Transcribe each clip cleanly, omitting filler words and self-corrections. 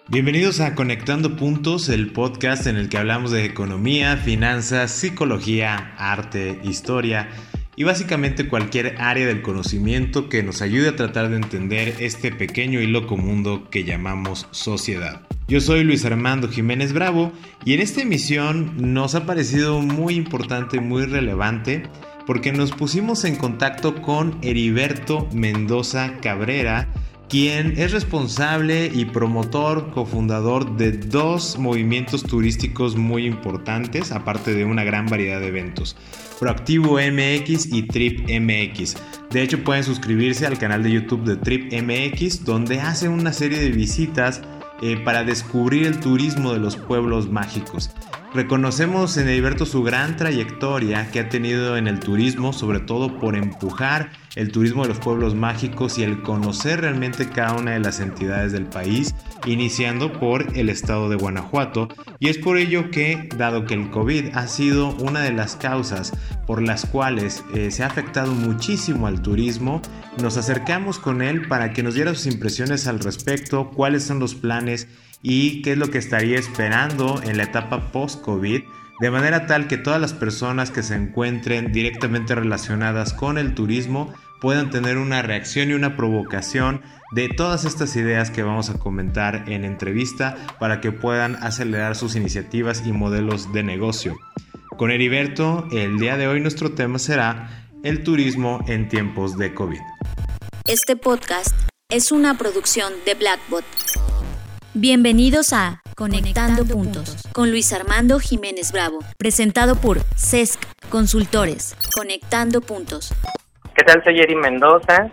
Bienvenidos a Conectando Puntos, el podcast en el que hablamos de economía, finanzas, psicología, arte, historia y básicamente cualquier área del conocimiento que nos ayude a tratar de entender este pequeño y loco mundo que llamamos sociedad. Yo soy Luis Armando Jiménez Bravo y en esta emisión nos ha parecido muy importante, muy relevante, porque nos pusimos en contacto con Heriberto Mendoza Cabrera, quien es responsable y promotor, cofundador de dos movimientos turísticos muy importantes, aparte de una gran variedad de eventos: Proactivo MX y Trip MX. De hecho, pueden suscribirse al canal de YouTube de Trip MX, donde hace una serie de visitas para descubrir el turismo de los pueblos mágicos. Reconocemos en Heriberto su gran trayectoria que ha tenido en el turismo, sobre todo por empujar el turismo de los pueblos mágicos y el conocer realmente cada una de las entidades del país, iniciando por el estado de Guanajuato. Y es por ello que, dado que el COVID ha sido una de las causas por las cuales se ha afectado muchísimo al turismo, nos acercamos con él para que nos diera sus impresiones al respecto, cuáles son los planes y qué es lo que estaría esperando en la etapa post-COVID, de manera tal que todas las personas que se encuentren directamente relacionadas con el turismo puedan tener una reacción y una provocación de todas estas ideas que vamos a comentar en entrevista para que puedan acelerar sus iniciativas y modelos de negocio. Con Heriberto, el día de hoy nuestro tema será el turismo en tiempos de COVID. Este podcast es una producción de Blackbot. Bienvenidos a Conectando Puntos con Luis Armando Jiménez Bravo, presentado por CESC Consultores. Conectando Puntos. ¿Qué tal? Soy Eri Mendoza,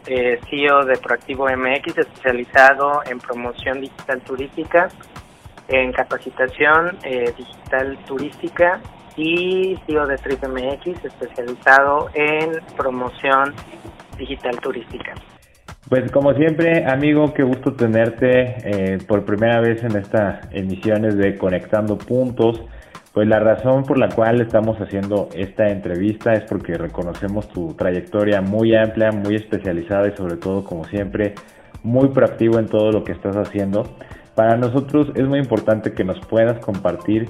CEO de Proactivo MX, especializado en promoción digital turística, en capacitación digital turística, y CEO de Trip MX, especializado en promoción digital turística. Pues como siempre, amigo, qué gusto tenerte por primera vez en estas emisiones de Conectando Puntos. Pues la razón por la cual estamos haciendo esta entrevista es porque reconocemos tu trayectoria muy amplia, muy especializada y sobre todo, como siempre, muy proactivo en todo lo que estás haciendo. Para nosotros es muy importante que nos puedas compartir,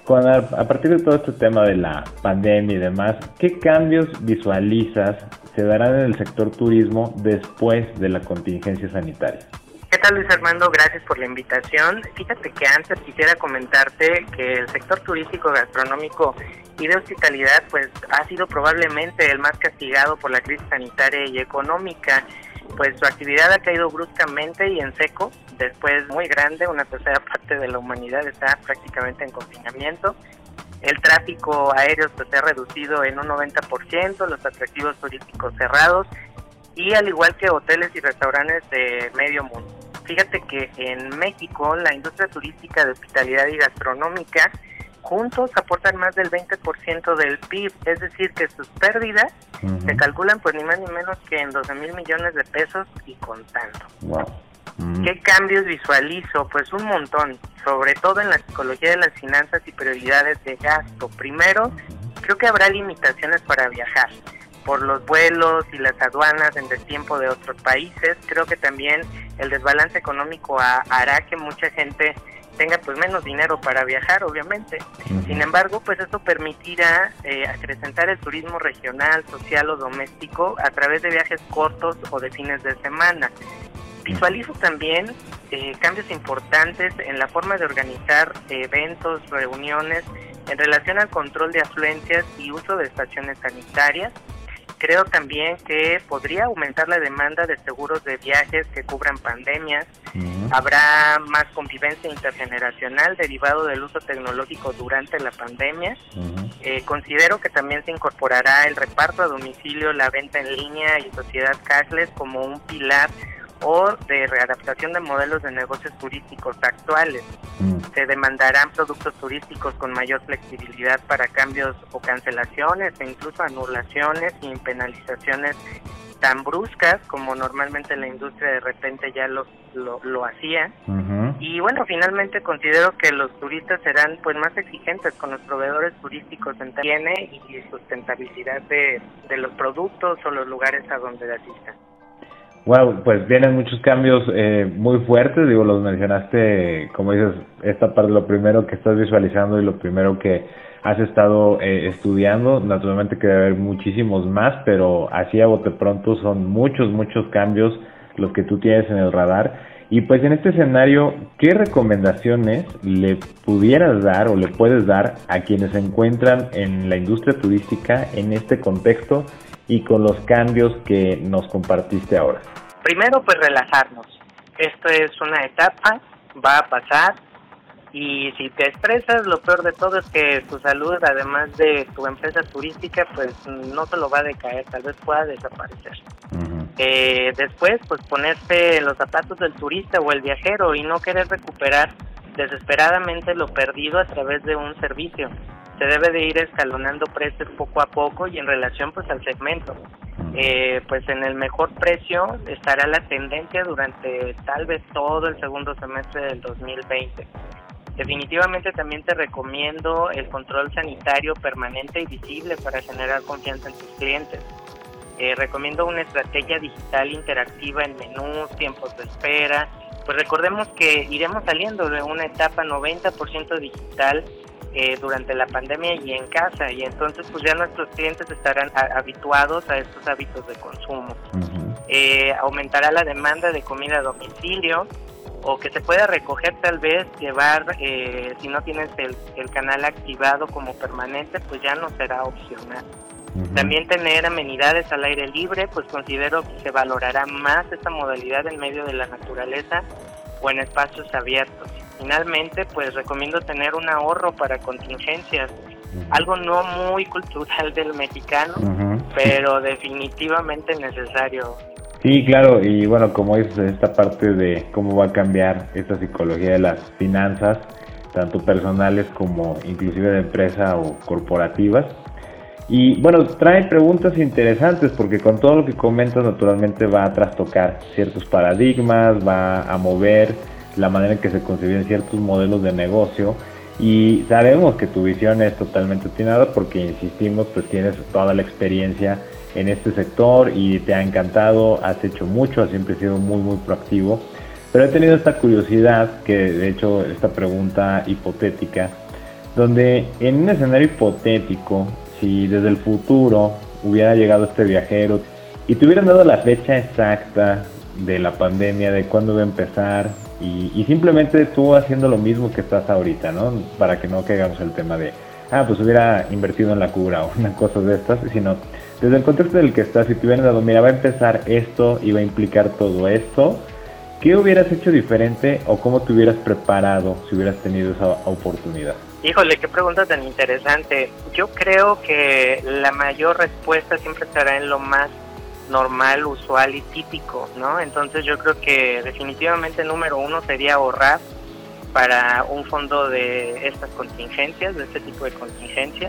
a partir de todo este tema de la pandemia y demás, ¿qué cambios visualizas se darán en el sector turismo después de la contingencia sanitaria? ¿Qué tal, Luis Armando? Gracias por la invitación. Fíjate que antes quisiera comentarte que el sector turístico, gastronómico y de hospitalidad pues ha sido probablemente el más castigado por la crisis sanitaria y económica, pues su actividad ha caído bruscamente y en seco. Después, muy grande, una tercera parte de la humanidad está prácticamente en confinamiento. El tráfico aéreo pues se ha reducido en un 90%, los atractivos turísticos cerrados, y al igual que hoteles y restaurantes de medio mundo. Fíjate que en México la industria turística, de hospitalidad y gastronómica juntos aportan más del 20% del PIB, es decir que sus pérdidas se calculan pues ni más ni menos que en 12,000 millones de pesos y contando. Wow. ¿Qué cambios visualizo? Pues un montón, sobre todo en la psicología de las finanzas y prioridades de gasto. Primero, creo que habrá limitaciones para viajar por los vuelos y las aduanas en destiempo de otros países. Creo que también el desbalance económico hará que mucha gente tenga pues menos dinero para viajar, obviamente. Sin embargo, pues esto permitirá acrecentar el turismo regional, social o doméstico a través de viajes cortos o de fines de semana. Visualizo también cambios importantes en la forma de organizar eventos, reuniones en relación al control de afluencias y uso de estaciones sanitarias. Creo también que podría aumentar la demanda de seguros de viajes que cubran pandemias. Habrá más convivencia intergeneracional derivado del uso tecnológico durante la pandemia. Considero que también se incorporará el reparto a domicilio, la venta en línea y sociedad cashless como un pilar o de readaptación de modelos de negocios turísticos actuales. Se demandarán productos turísticos con mayor flexibilidad para cambios o cancelaciones e incluso anulaciones sin penalizaciones tan bruscas como normalmente la industria de repente ya lo hacía. Y bueno, finalmente considero que los turistas serán pues más exigentes con los proveedores turísticos en higiene y sustentabilidad de los productos o los lugares a donde asistan. Bueno, pues vienen muchos cambios muy fuertes, digo, los mencionaste, como dices, esta parte, lo primero que estás visualizando y lo primero que has estado estudiando. Naturalmente que debe haber muchísimos más, pero así a bote pronto son muchos cambios los que tú tienes en el radar. Y pues en este escenario, ¿qué recomendaciones le pudieras dar o le puedes dar a quienes se encuentran en la industria turística en este contexto y con los cambios que nos compartiste ahora? Primero, pues relajarnos. Esto es una etapa, va a pasar, y si te estresas, lo peor de todo es que tu salud, además de tu empresa turística, pues no te lo va a decaer, tal vez pueda desaparecer. Después, pues ponerse en los zapatos del turista o el viajero y no querer recuperar desesperadamente lo perdido a través de un servicio. Se debe de ir escalonando precios poco a poco y en relación pues al segmento. Pues en el mejor precio estará la tendencia durante tal vez todo el segundo semestre del 2020. Definitivamente también te recomiendo el control sanitario permanente y visible para generar confianza en tus clientes. Recomiendo una estrategia digital interactiva en menús, tiempos de espera. Pues recordemos que iremos saliendo de una etapa 90% digital durante la pandemia y en casa, y entonces pues ya nuestros clientes estarán habituados a estos hábitos de consumo. Aumentará la demanda de comida a domicilio, o que se pueda recoger, tal vez llevar, si no tienes el canal activado como permanente, pues ya no será opcional. También tener amenidades al aire libre, pues considero que se valorará más esta modalidad en medio de la naturaleza o en espacios abiertos. Finalmente, pues recomiendo tener un ahorro para contingencias, algo no muy cultural del mexicano, pero definitivamente necesario. Sí, claro, y bueno, como dices, esta parte de cómo va a cambiar esta psicología de las finanzas, tanto personales como inclusive de empresa o corporativas. Y bueno, trae preguntas interesantes porque con todo lo que comentas naturalmente va a trastocar ciertos paradigmas, va a mover la manera en que se conciben ciertos modelos de negocio, y sabemos que tu visión es totalmente atinada porque, insistimos, pues tienes toda la experiencia en este sector y te ha encantado, has hecho mucho, has siempre sido muy proactivo, pero he tenido esta curiosidad, que de hecho esta pregunta hipotética, donde en un escenario hipotético, si desde el futuro hubiera llegado este viajero y te hubieran dado la fecha exacta de la pandemia, de cuándo va a empezar, y simplemente tú haciendo lo mismo que estás ahorita, ¿no? Para que no caigamos el tema de, pues hubiera invertido en la cura o una cosa de estas, sino desde el contexto del que estás, si te hubieran dado, mira, va a empezar esto y va a implicar todo esto, ¿qué hubieras hecho diferente o cómo te hubieras preparado si hubieras tenido esa oportunidad? Híjole, qué pregunta tan interesante. Yo creo que la mayor respuesta siempre estará en lo más normal, usual y típico, ¿no? Entonces yo creo que definitivamente número uno sería ahorrar para un fondo de estas contingencias, de este tipo de contingencias.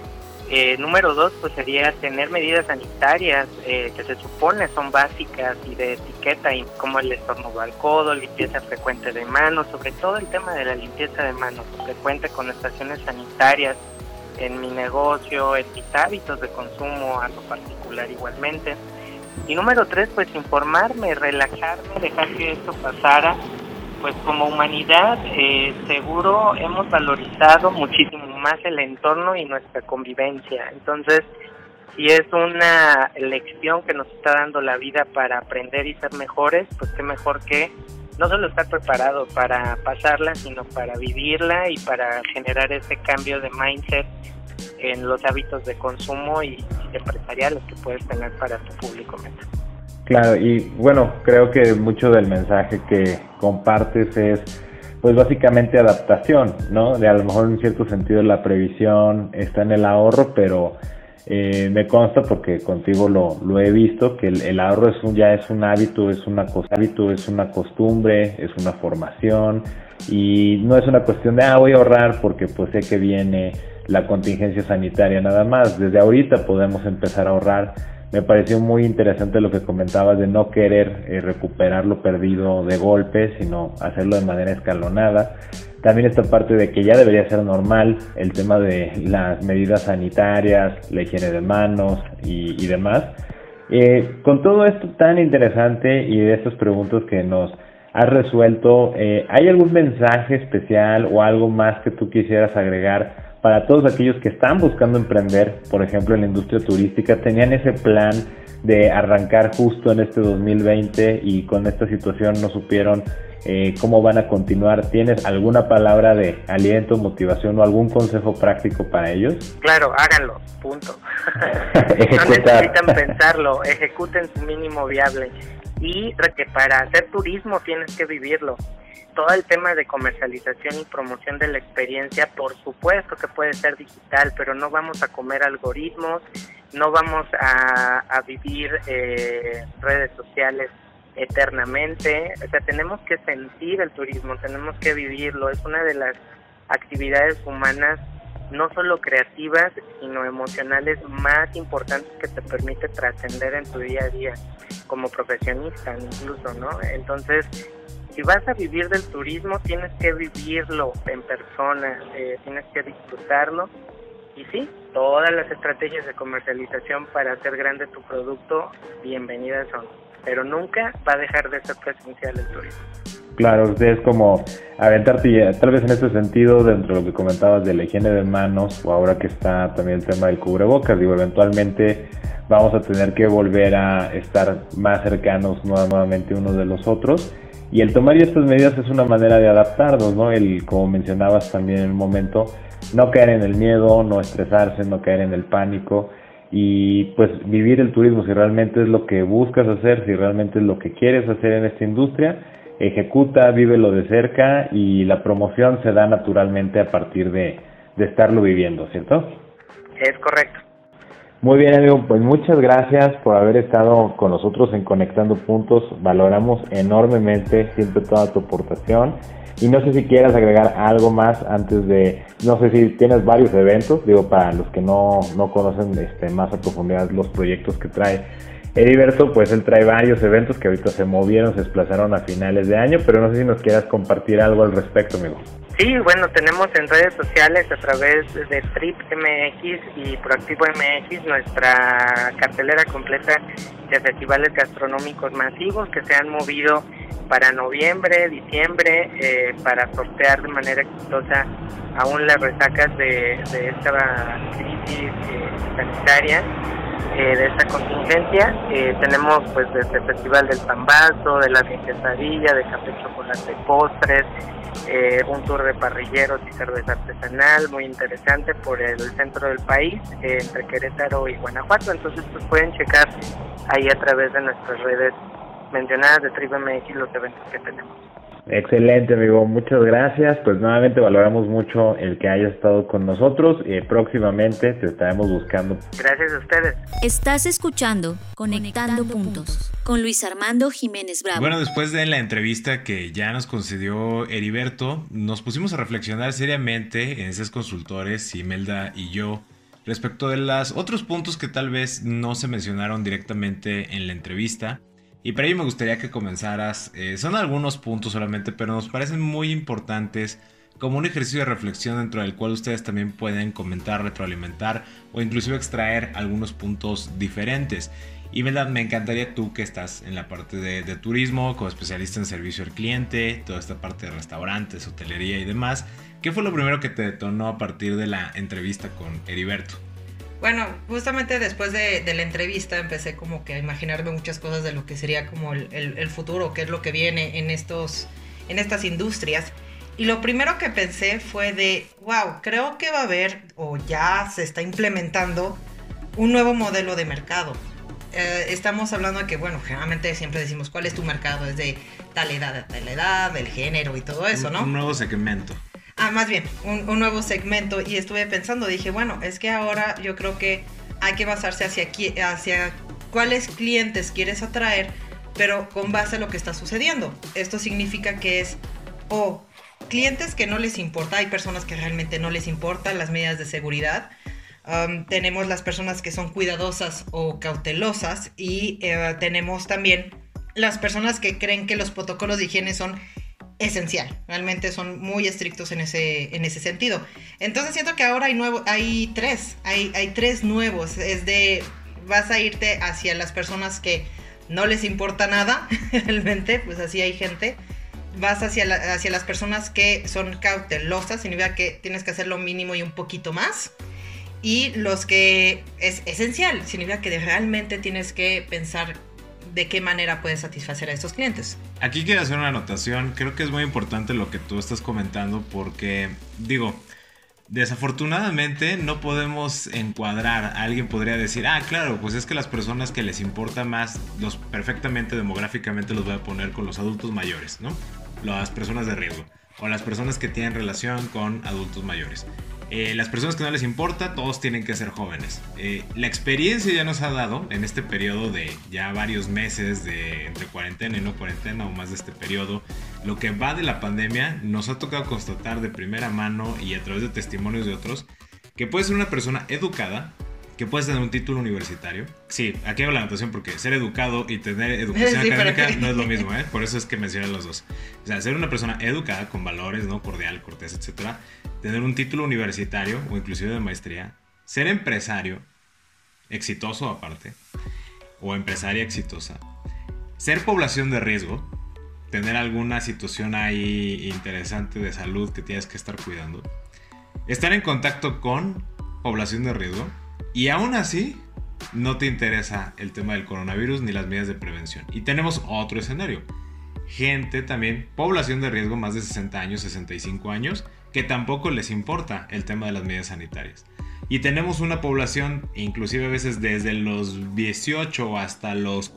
Número dos, pues sería tener medidas sanitarias que se supone son básicas y de etiqueta, y como el estornudo al codo, limpieza frecuente de manos, sobre todo el tema de la limpieza de manos frecuente con estaciones sanitarias en mi negocio, en mis hábitos de consumo a lo particular igualmente. Y número tres, pues informarme, relajarme, dejar que esto pasara. Pues como humanidad seguro hemos valorizado muchísimo más el entorno y nuestra convivencia. Entonces, si es una lección que nos está dando la vida para aprender y ser mejores, pues qué mejor que no solo estar preparado para pasarla, sino para vivirla y para generar ese cambio de mindset en los hábitos de consumo y empresariales que puedes tener para tu público meta. Claro, y bueno, creo que mucho del mensaje que compartes es pues básicamente adaptación, ¿no? De a lo mejor en cierto sentido la previsión está en el ahorro, pero me consta porque contigo lo he visto, que el ahorro ya es un hábito, es una costumbre, es una formación, y no es una cuestión de voy a ahorrar porque pues sé que viene la contingencia sanitaria nada más. Desde ahorita podemos empezar a ahorrar. Me pareció muy interesante lo que comentabas de no querer recuperar lo perdido de golpe, sino hacerlo de manera escalonada. También esta parte de que ya debería ser normal el tema de las medidas sanitarias, la higiene de manos y demás. Con todo esto tan interesante y de estas preguntas que nos has resuelto, ¿hay algún mensaje especial o algo más que tú quisieras agregar para todos aquellos que están buscando emprender, por ejemplo, en la industria turística? ¿Tenían ese plan de arrancar justo en este 2020 y con esta situación no supieron cómo van a continuar? ¿Tienes alguna palabra de aliento, motivación o algún consejo práctico para ellos? Claro, háganlo, punto. No necesitan pensarlo, ejecuten su mínimo viable. Y que para hacer turismo tienes que vivirlo. Todo el tema de comercialización y promoción de la experiencia, por supuesto que puede ser digital, pero no vamos a comer algoritmos, no vamos a vivir redes sociales eternamente. O sea, tenemos que sentir el turismo, tenemos que vivirlo. Es una de las actividades humanas no solo creativas, sino emocionales más importantes que te permite trascender en tu día a día, como profesionista incluso, ¿no? Entonces, si vas a vivir del turismo, tienes que vivirlo en persona, tienes que disfrutarlo. Y sí, todas las estrategias de comercialización para hacer grande tu producto, bienvenidas son. Pero nunca va a dejar de ser presencial el turismo. Claro, es como aventarte, tal vez en este sentido, dentro de lo que comentabas de la higiene de manos, o ahora que está también el tema del cubrebocas, digo, eventualmente vamos a tener que volver a estar más cercanos nuevamente unos de los otros, y el tomar estas medidas es una manera de adaptarnos, ¿no? Como mencionabas también en un momento, no caer en el miedo, no estresarse, no caer en el pánico, y pues vivir el turismo. Si realmente es lo que buscas hacer, si realmente es lo que quieres hacer en esta industria, ejecuta, vívelo de cerca, y la promoción se da naturalmente a partir de estarlo viviendo, ¿cierto? Es correcto. Muy bien, amigo, pues muchas gracias por haber estado con nosotros en Conectando Puntos. Valoramos enormemente siempre toda tu aportación, y no sé si quieras agregar algo más antes de, no sé si tienes varios eventos, digo, para los que no conocen más a profundidad los proyectos que trae Heriberto, pues él trae varios eventos que ahorita se movieron, se desplazaron a finales de año, pero no sé si nos quieras compartir algo al respecto, amigo. Sí, bueno, tenemos en redes sociales a través de Trip MX y Proactivo MX nuestra cartelera completa de festivales gastronómicos masivos que se han movido para noviembre, diciembre, para sortear de manera exitosa aún las resacas de esta crisis sanitaria, de esta contingencia. Tenemos pues desde el Festival del Pambazo, de la quesadilla, de café, chocolate, postres, un tour de parrilleros y cerveza artesanal muy interesante por el centro del país, entre Querétaro y Guanajuato. Entonces pues pueden checar ahí a través de nuestras redes mencionadas de Trip MX los eventos que tenemos. Excelente, amigo, muchas gracias. Pues nuevamente valoramos mucho el que hayas estado con nosotros, y próximamente te estaremos buscando. Gracias a ustedes. Estás escuchando Conectando Puntos con Luis Armando Jiménez Bravo. Bueno, después de la entrevista que ya nos concedió Heriberto, nos pusimos a reflexionar seriamente en esos consultores, Imelda y yo, respecto de los otros puntos que tal vez no se mencionaron directamente en la entrevista. Y para ello me gustaría que comenzaras, son algunos puntos solamente, pero nos parecen muy importantes como un ejercicio de reflexión dentro del cual ustedes también pueden comentar, retroalimentar o inclusive extraer algunos puntos diferentes. Y me encantaría, tú que estás en la parte de turismo, como especialista en servicio al cliente, toda esta parte de restaurantes, hotelería y demás, ¿qué fue lo primero que te detonó a partir de la entrevista con Heriberto? Bueno, justamente después de la entrevista empecé como que a imaginarme muchas cosas de lo que sería como el futuro, qué es lo que viene en estas industrias. Y lo primero que pensé fue de, wow, creo que va a haber, o ya se está implementando, un nuevo modelo de mercado. Estamos hablando de que, bueno, generalmente siempre decimos, ¿cuál es tu mercado? Es de tal edad, del género y todo eso, ¿no? Un nuevo segmento. Más bien, un nuevo segmento. Y estuve pensando, dije, bueno, es que ahora yo creo que hay que basarse hacia cuáles clientes quieres atraer, pero con base a lo que está sucediendo. Esto significa que es clientes que no les importa, hay personas que realmente no les importan las medidas de seguridad. Tenemos las personas que son cuidadosas o cautelosas, y tenemos también las personas que creen que los protocolos de higiene son esencial, realmente son muy estrictos en ese sentido. Entonces siento que ahora hay tres nuevos, es de vas a irte hacia las personas que no les importa nada, realmente, pues así hay gente. Vas hacia las personas que son cautelosas, significa que tienes que hacer lo mínimo y un poquito más. Y los que es esencial, significa que realmente tienes que pensar de qué manera puedes satisfacer a estos clientes. Aquí quiero hacer una anotación. Creo que es muy importante lo que tú estás comentando porque, digo, desafortunadamente no podemos encuadrar. Alguien podría decir, claro, pues es que las personas que les importa más, perfectamente demográficamente los voy a poner con los adultos mayores, ¿no? Las personas de riesgo o las personas que tienen relación con adultos mayores. Las personas que no les importa, todos tienen que ser jóvenes. La experiencia ya nos ha dado en este periodo de ya varios meses de entre cuarentena y no cuarentena o más de este periodo, lo que va de la pandemia, nos ha tocado constatar de primera mano y a través de testimonios de otros que puedes ser una persona educada, que puedes tener un título universitario. Sí, aquí hago la anotación porque ser educado y tener educación académica no es lo mismo, ¿eh? Por eso es que mencioné los dos. O sea, ser una persona educada, con valores, ¿no? Cordial, cortés, etcétera. Tener un título universitario o inclusive de maestría. Ser empresario, exitoso aparte, o empresaria exitosa. Ser población de riesgo, tener alguna situación ahí interesante de salud que tienes que estar cuidando. Estar en contacto con población de riesgo. Y aún así, no te interesa el tema del coronavirus ni las medidas de prevención. Y tenemos otro escenario. Gente también, población de riesgo, más de 60 años, 65 años, que tampoco les importa el tema de las medidas sanitarias. Y tenemos una población, inclusive a veces desde los 18 hasta los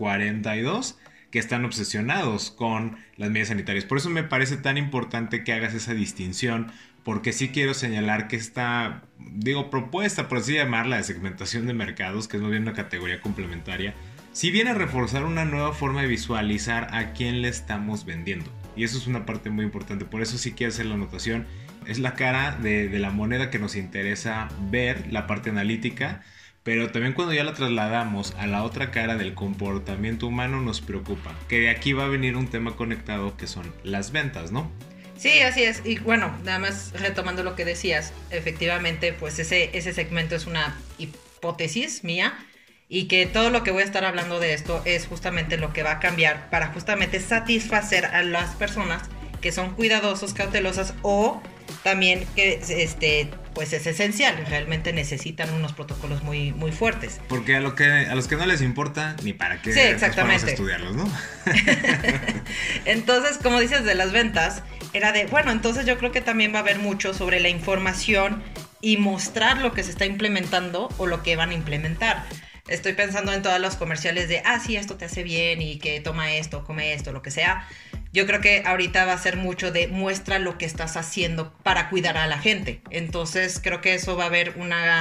42, que están obsesionados con las medidas sanitarias. Por eso me parece tan importante que hagas esa distinción, porque sí quiero señalar que esta, propuesta, por así llamarla, de segmentación de mercados, que es más bien una categoría complementaria, sí viene a reforzar una nueva forma de visualizar a quién le estamos vendiendo. Y eso es una parte muy importante, por eso sí quiero hacer la anotación. Es la cara de la moneda que nos interesa ver, la parte analítica, pero también cuando ya la trasladamos a la otra cara del comportamiento humano nos preocupa, que de aquí va a venir un tema conectado que son las ventas, ¿no? Sí, así es. Y bueno, nada más retomando lo que decías, efectivamente, pues ese segmento es una hipótesis mía y que todo lo que voy a estar hablando de esto es justamente lo que va a cambiar para justamente satisfacer a las personas que son cuidadosos, cautelosas o también que pues es esencial, realmente necesitan unos protocolos muy, muy fuertes. Porque a los que no les importa, ni para qué sí, exactamente. Vamos a estudiarlos, ¿no? Entonces, como dices de las ventas, era de, bueno, entonces yo creo que también va a haber mucho sobre la información y mostrar lo que se está implementando o lo que van a implementar. Estoy pensando en todos los comerciales de, sí, esto te hace bien y que toma esto, come esto, lo que sea. Yo creo que ahorita va a ser mucho de muestra lo que estás haciendo para cuidar a la gente. Entonces creo que eso va a haber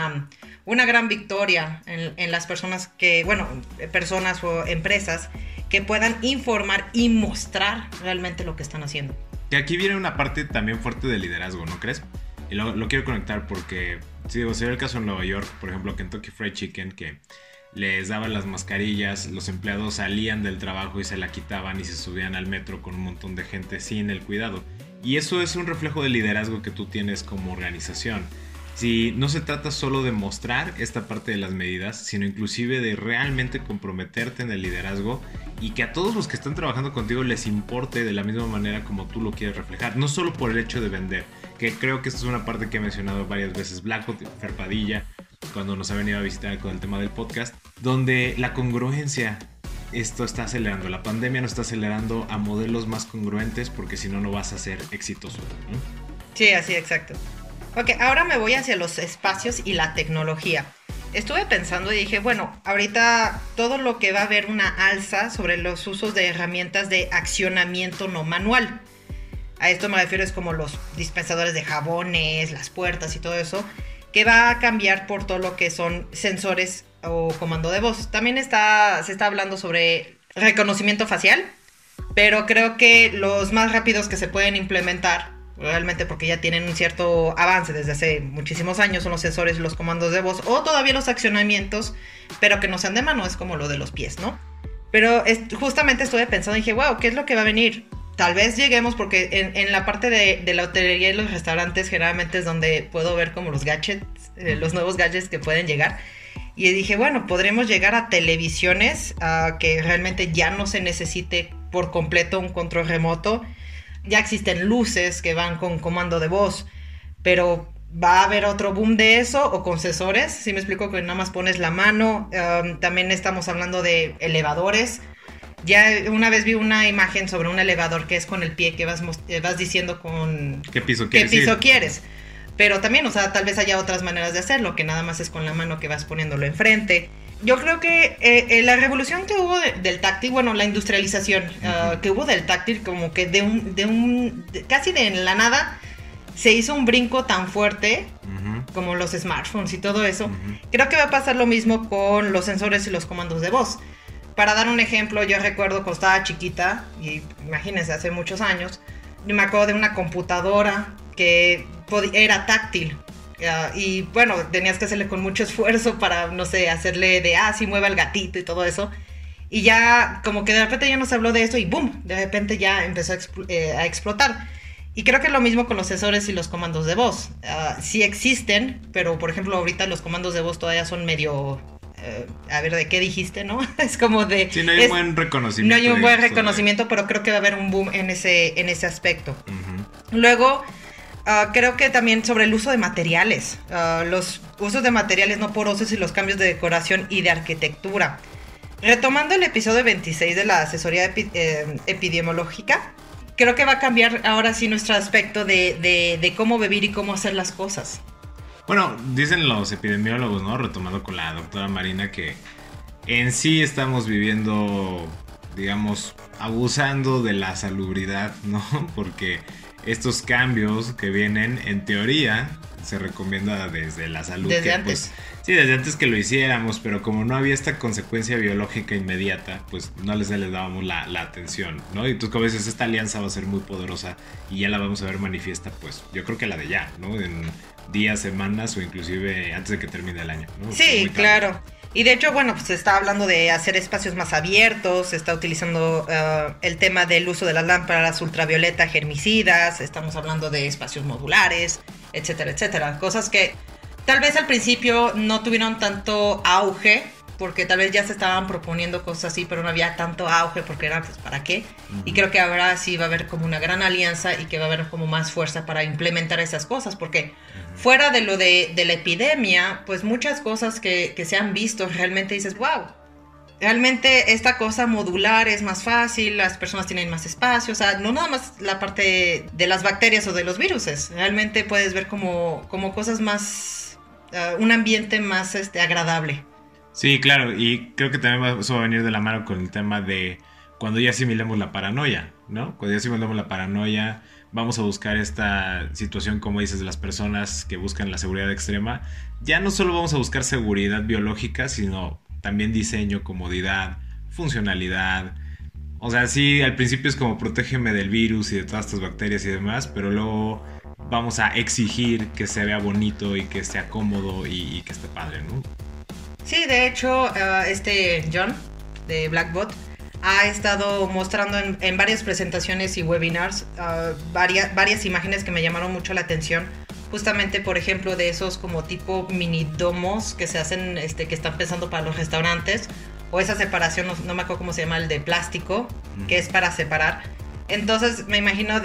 una gran victoria en las personas personas o empresas que puedan informar y mostrar realmente lo que están haciendo. Que aquí viene una parte también fuerte de liderazgo, ¿no crees? Y lo quiero conectar porque, si se ve el caso en Nueva York, por ejemplo, Kentucky Fried Chicken, que les daban las mascarillas, los empleados salían del trabajo y se la quitaban y se subían al metro con un montón de gente sin el cuidado. Y eso es un reflejo del liderazgo que tú tienes como organización. Si no se trata solo de mostrar esta parte de las medidas, sino inclusive de realmente comprometerte en el liderazgo y que a todos los que están trabajando contigo les importe de la misma manera como tú lo quieres reflejar, no solo por el hecho de vender, que creo que esta es una parte que he mencionado varias veces Blackbot, Fer Padilla, cuando nos ha venido a visitar con el tema del podcast, donde la congruencia, esto está acelerando, la pandemia nos está acelerando a modelos más congruentes porque si no, no vas a ser exitoso, ¿no? Sí, así, exacto. Ok, ahora me voy hacia los espacios y la tecnología. Estuve pensando y dije, bueno, ahorita todo lo que va a haber una alza sobre los usos de herramientas de accionamiento no manual. A esto me refiero es como los dispensadores de jabones, las puertas y todo eso, que va a cambiar por todo lo que son sensores o comando de voz. También se está hablando sobre reconocimiento facial, pero creo que los más rápidos que se pueden implementar, realmente porque ya tienen un cierto avance desde hace muchísimos años, son los sensores y los comandos de voz, o todavía los accionamientos, pero que no sean de mano, es como lo de los pies, ¿no? Pero justamente estuve pensando y dije, wow, ¿qué es lo que va a venir? Tal vez lleguemos, porque en la parte de la hotelería y los restaurantes generalmente es donde puedo ver como los gadgets, los nuevos gadgets que pueden llegar. Y dije, bueno, podremos llegar a televisiones que realmente ya no se necesite por completo un control remoto. Ya existen luces que van con comando de voz, pero ¿va a haber otro boom de eso o con sensores? Si me explico, que nada más pones la mano. También estamos hablando de elevadores. Ya una vez vi una imagen sobre un elevador que es con el pie, que vas diciendo con ¿qué piso quieres. Pero también, o sea, tal vez haya otras maneras de hacerlo, que nada más es con la mano que vas poniéndolo enfrente. Yo creo que la revolución que hubo del táctil, bueno, la industrialización que hubo del táctil, como que casi de la nada, se hizo un brinco tan fuerte como los smartphones y todo eso. Creo que va a pasar lo mismo con los sensores y los comandos de voz. Para dar un ejemplo, yo recuerdo cuando estaba chiquita, y imagínense, hace muchos años, yo me acuerdo de una computadora que era táctil. Y bueno, tenías que hacerle con mucho esfuerzo para, no sé, hacerle de, sí, mueva el gatito y todo eso. Y ya, como que de repente ya no se habló de eso y ¡boom! De repente ya empezó a explotar. Y creo que es lo mismo con los sensores y los comandos de voz. Sí existen, pero por ejemplo ahorita los comandos de voz todavía son medio... a ver, ¿de qué dijiste, no? Es como de... Sí, no hay un buen reconocimiento. No hay un buen reconocimiento, pero creo que va a haber un boom en ese aspecto. Luego... creo que también sobre el uso de materiales, los usos de materiales no porosos y los cambios de decoración y de arquitectura. Retomando el episodio 26 de la asesoría epidemiológica, creo que va a cambiar ahora sí nuestro aspecto de cómo vivir y cómo hacer las cosas. Bueno, dicen los epidemiólogos, ¿no? Retomando con la doctora Marina, que en sí estamos viviendo, digamos, abusando de la salubridad, ¿no? Porque... estos cambios que vienen, en teoría, se recomienda desde la salud. Desde que, antes. Pues, sí, desde antes que lo hiciéramos, pero como no había esta consecuencia biológica inmediata, pues no les dábamos la atención, ¿no? Y entonces, como dices, esta alianza va a ser muy poderosa y ya la vamos a ver manifiesta, pues yo creo que la de ya, ¿no? En días, semanas o inclusive antes de que termine el año, ¿no? Sí, claro. Y de hecho, bueno, pues se está hablando de hacer espacios más abiertos, se está utilizando el tema del uso de las lámparas ultravioleta germicidas, estamos hablando de espacios modulares, etcétera, etcétera. Cosas que tal vez al principio no tuvieron tanto auge, porque tal vez ya se estaban proponiendo cosas así, pero no había tanto auge porque era, pues, ¿para qué? Y creo que ahora sí va a haber como una gran alianza y que va a haber como más fuerza para implementar esas cosas, porque fuera de lo de la epidemia, pues muchas cosas que se han visto, realmente dices, wow, realmente esta cosa modular es más fácil, las personas tienen más espacio, o sea, no nada más la parte de las bacterias o de los viruses, realmente puedes ver como cosas más, un ambiente más agradable. Sí, claro, y creo que también eso va a venir de la mano con el tema de cuando ya asimilemos la paranoia, ¿no? Cuando ya asimilemos la paranoia, vamos a buscar esta situación, como dices, de las personas que buscan la seguridad extrema. Ya no solo vamos a buscar seguridad biológica, sino también diseño, comodidad, funcionalidad. O sea, sí, al principio es como protégeme del virus y de todas estas bacterias y demás, pero luego vamos a exigir que se vea bonito y que sea cómodo y que esté padre, ¿no? Sí, de hecho, John de Blackbot ha estado mostrando en varias presentaciones y webinars varias imágenes que me llamaron mucho la atención. Justamente, por ejemplo, de esos como tipo mini domos que se hacen, que están pensando para los restaurantes, o esa separación, no me acuerdo cómo se llama, el de plástico, que es para separar. Entonces me imagino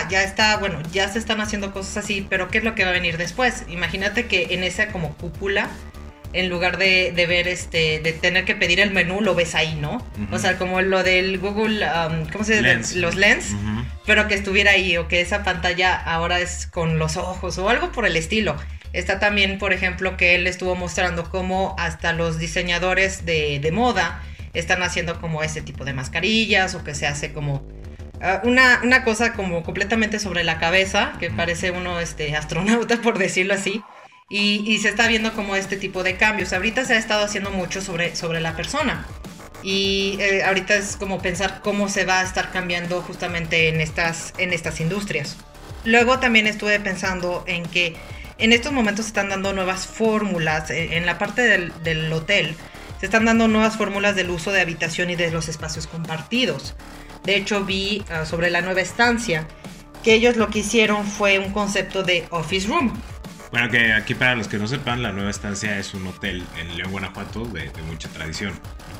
ya se están haciendo cosas así, pero ¿qué es lo que va a venir después? Imagínate que en esa como cúpula, en lugar de ver, de tener que pedir el menú, lo ves ahí, ¿no? O sea, como lo del Google, ¿cómo se dice? Los Lens, pero que estuviera ahí, o que esa pantalla ahora es con los ojos, o algo por el estilo. Está también, por ejemplo, que él estuvo mostrando cómo hasta los diseñadores de moda están haciendo como ese tipo de mascarillas, o que se hace como una cosa como completamente sobre la cabeza, que parece uno astronauta, por decirlo así. Y se está viendo como este tipo de cambios. Ahorita se ha estado haciendo mucho sobre la persona. Y ahorita es como pensar cómo se va a estar cambiando justamente en estas industrias. Luego también estuve pensando en que en estos momentos se están dando nuevas fórmulas. En la parte del hotel se están dando nuevas fórmulas del uso de habitación y de los espacios compartidos. De hecho, vi sobre la nueva estancia que ellos lo que hicieron fue un concepto de office room. Bueno, que aquí para los que no sepan, la Nueva Estancia es un hotel en León, Guanajuato, de mucha tradición.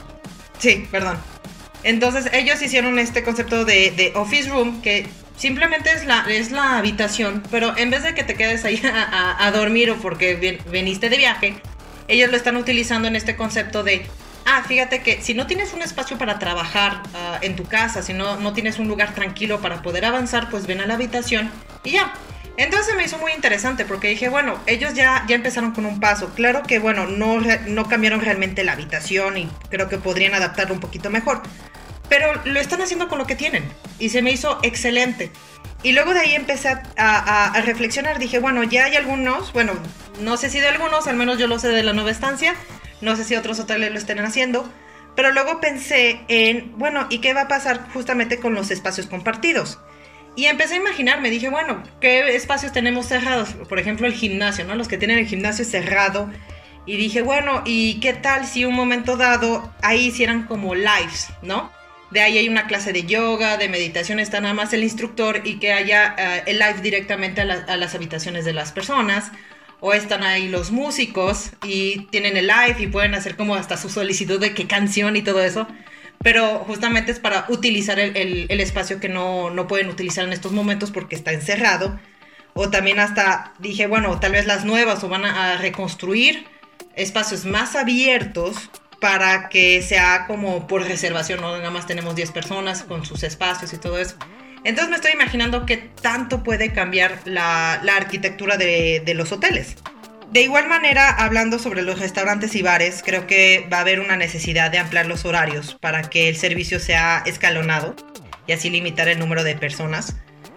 Sí, perdón. Entonces ellos hicieron este concepto de office room, que simplemente es la habitación, pero en vez de que te quedes ahí a dormir o porque veniste de viaje, ellos lo están utilizando en este concepto de, fíjate que si no tienes un espacio para trabajar en tu casa, si no tienes un lugar tranquilo para poder avanzar, pues ven a la habitación y ya. Entonces me hizo muy interesante porque dije, bueno, ellos ya empezaron con un paso. Claro que, bueno, no cambiaron realmente la habitación y creo que podrían adaptarlo un poquito mejor, pero lo están haciendo con lo que tienen y se me hizo excelente. Y luego de ahí empecé a reflexionar. Dije, bueno, ya hay algunos, bueno, no sé si de algunos, al menos yo lo sé de la Nueva Estancia, no sé si otros hoteles lo estén haciendo, pero luego pensé en, bueno, ¿y qué va a pasar justamente con los espacios compartidos? Y empecé a imaginarme, dije, bueno, ¿qué espacios tenemos cerrados? Por ejemplo, el gimnasio, ¿no? Los que tienen el gimnasio cerrado. Y dije, bueno, ¿y qué tal si un momento dado ahí hicieran como lives, ¿no? De ahí hay una clase de yoga, de meditación, está nada más el instructor y que haya el live directamente a las habitaciones de las personas. O están ahí los músicos y tienen el live y pueden hacer como hasta su solicitud de qué canción y todo eso. Pero justamente es para utilizar el espacio que no pueden utilizar en estos momentos porque está encerrado. O también hasta dije, bueno, tal vez las nuevas o van a reconstruir espacios más abiertos para que sea como por reservación, no nada más tenemos 10 personas con sus espacios y todo eso. Entonces me estoy imaginando qué tanto puede cambiar la arquitectura de los hoteles. De igual manera, hablando sobre los restaurantes y bares, creo que va a haber una necesidad de ampliar los horarios para que el servicio sea escalonado y así limitar el número de personas.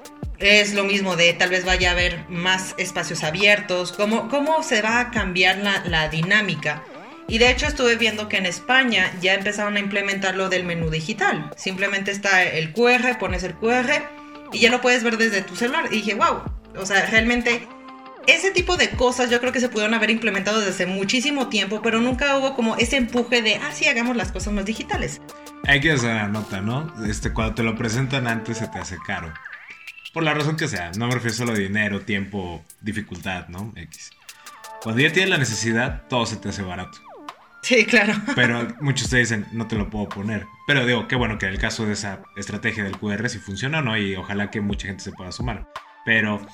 Es lo mismo de tal vez vaya a haber más espacios abiertos, cómo se va a cambiar la dinámica. Y de hecho estuve viendo que en España ya empezaron a implementar lo del menú digital. Simplemente está el QR, pones el QR y ya lo puedes ver desde tu celular. Y dije, wow, o sea, realmente ese tipo de cosas yo creo que se pudieron haber implementado desde hace muchísimo tiempo, pero nunca hubo como ese empuje de, sí, hagamos las cosas más digitales. Hay que hacer la nota, ¿no? Cuando te lo presentan antes se te hace caro. Por la razón que sea, no me refiero solo a dinero, tiempo, dificultad, ¿no? X. Cuando ya tienes la necesidad, todo se te hace barato. Sí, claro. Pero muchos te dicen, no te lo puedo poner. Pero digo, qué bueno que en el caso de esa estrategia del QR sí funciona, ¿no? Y ojalá que mucha gente se pueda sumar. Pero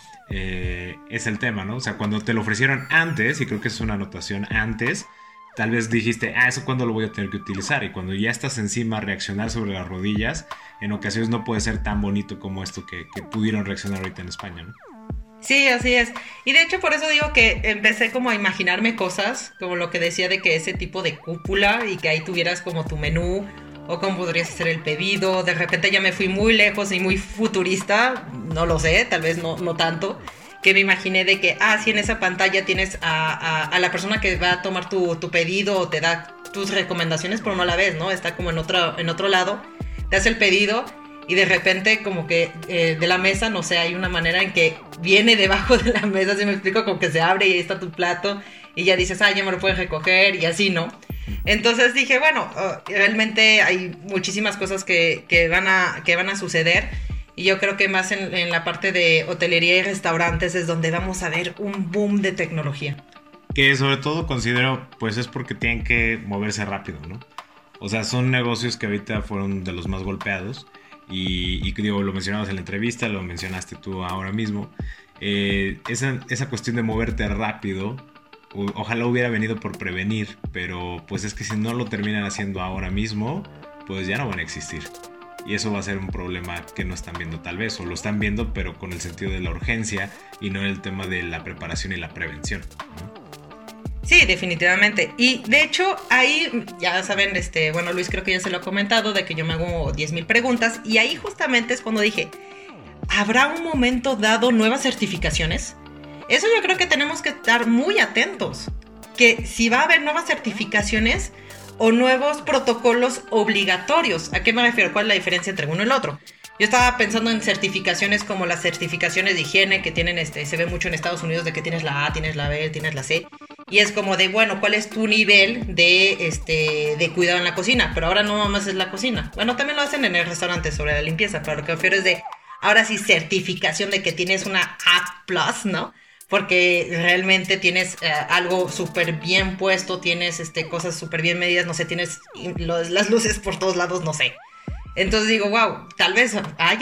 es el tema, ¿no? O sea, cuando te lo ofrecieron antes, y creo que es una anotación antes, tal vez dijiste, ¿eso cuándo lo voy a tener que utilizar? Y cuando ya estás encima, reaccionar sobre las rodillas, en ocasiones no puede ser tan bonito como esto que pudieron reaccionar ahorita en España, ¿no? Sí, así es. Y de hecho por eso digo que empecé como a imaginarme cosas, como lo que decía de que ese tipo de cúpula y que ahí tuvieras como tu menú o cómo podrías hacer el pedido. De repente ya me fui muy lejos y muy futurista, no lo sé, tal vez no tanto, que me imaginé de que, sí, en esa pantalla tienes a la persona que va a tomar tu pedido o te da tus recomendaciones, pero no la ves, ¿no? Está como en otro lado, te hace el pedido. Y de repente como que de la mesa, no sé, hay una manera en que viene debajo de la mesa, si me explico, como que se abre y ahí está tu plato y ya dices, ya me lo puedes recoger y así, ¿no? Entonces dije, bueno, realmente hay muchísimas cosas que van a suceder y yo creo que más en la parte de hotelería y restaurantes es donde vamos a ver un boom de tecnología. Que sobre todo considero, pues es porque tienen que moverse rápido, ¿no? O sea, son negocios que ahorita fueron de los más golpeados. Y digo, lo mencionamos en la entrevista, lo mencionaste tú ahora mismo. Esa cuestión de moverte rápido, ojalá hubiera venido por prevenir, pero pues es que si no lo terminan haciendo ahora mismo, pues ya no van a existir. Y eso va a ser un problema que no están viendo tal vez, o lo están viendo pero con el sentido de la urgencia y no el tema de la preparación y la prevención, ¿no? Sí, definitivamente. Y de hecho, ahí ya saben, bueno, Luis creo que ya se lo ha comentado, de que yo me hago 10,000 preguntas. Y ahí justamente es cuando dije, ¿habrá un momento dado nuevas certificaciones? Eso yo creo que tenemos que estar muy atentos. Que si va a haber nuevas certificaciones o nuevos protocolos obligatorios. ¿A qué me refiero? ¿Cuál es la diferencia entre uno y el otro? Yo estaba pensando en certificaciones como las certificaciones de higiene que tienen, se ve mucho en Estados Unidos, de que tienes la A, tienes la B, tienes la C. Y es como de, bueno, ¿cuál es tu nivel de cuidado en la cocina? Pero ahora no nomás es la cocina. Bueno, también lo hacen en el restaurante sobre la limpieza, pero lo que refiero es de, ahora sí, certificación de que tienes una A+, ¿no? porque realmente tienes algo súper bien puesto, tienes cosas súper bien medidas, no sé, tienes las luces por todos lados, no sé. Entonces digo, wow, tal vez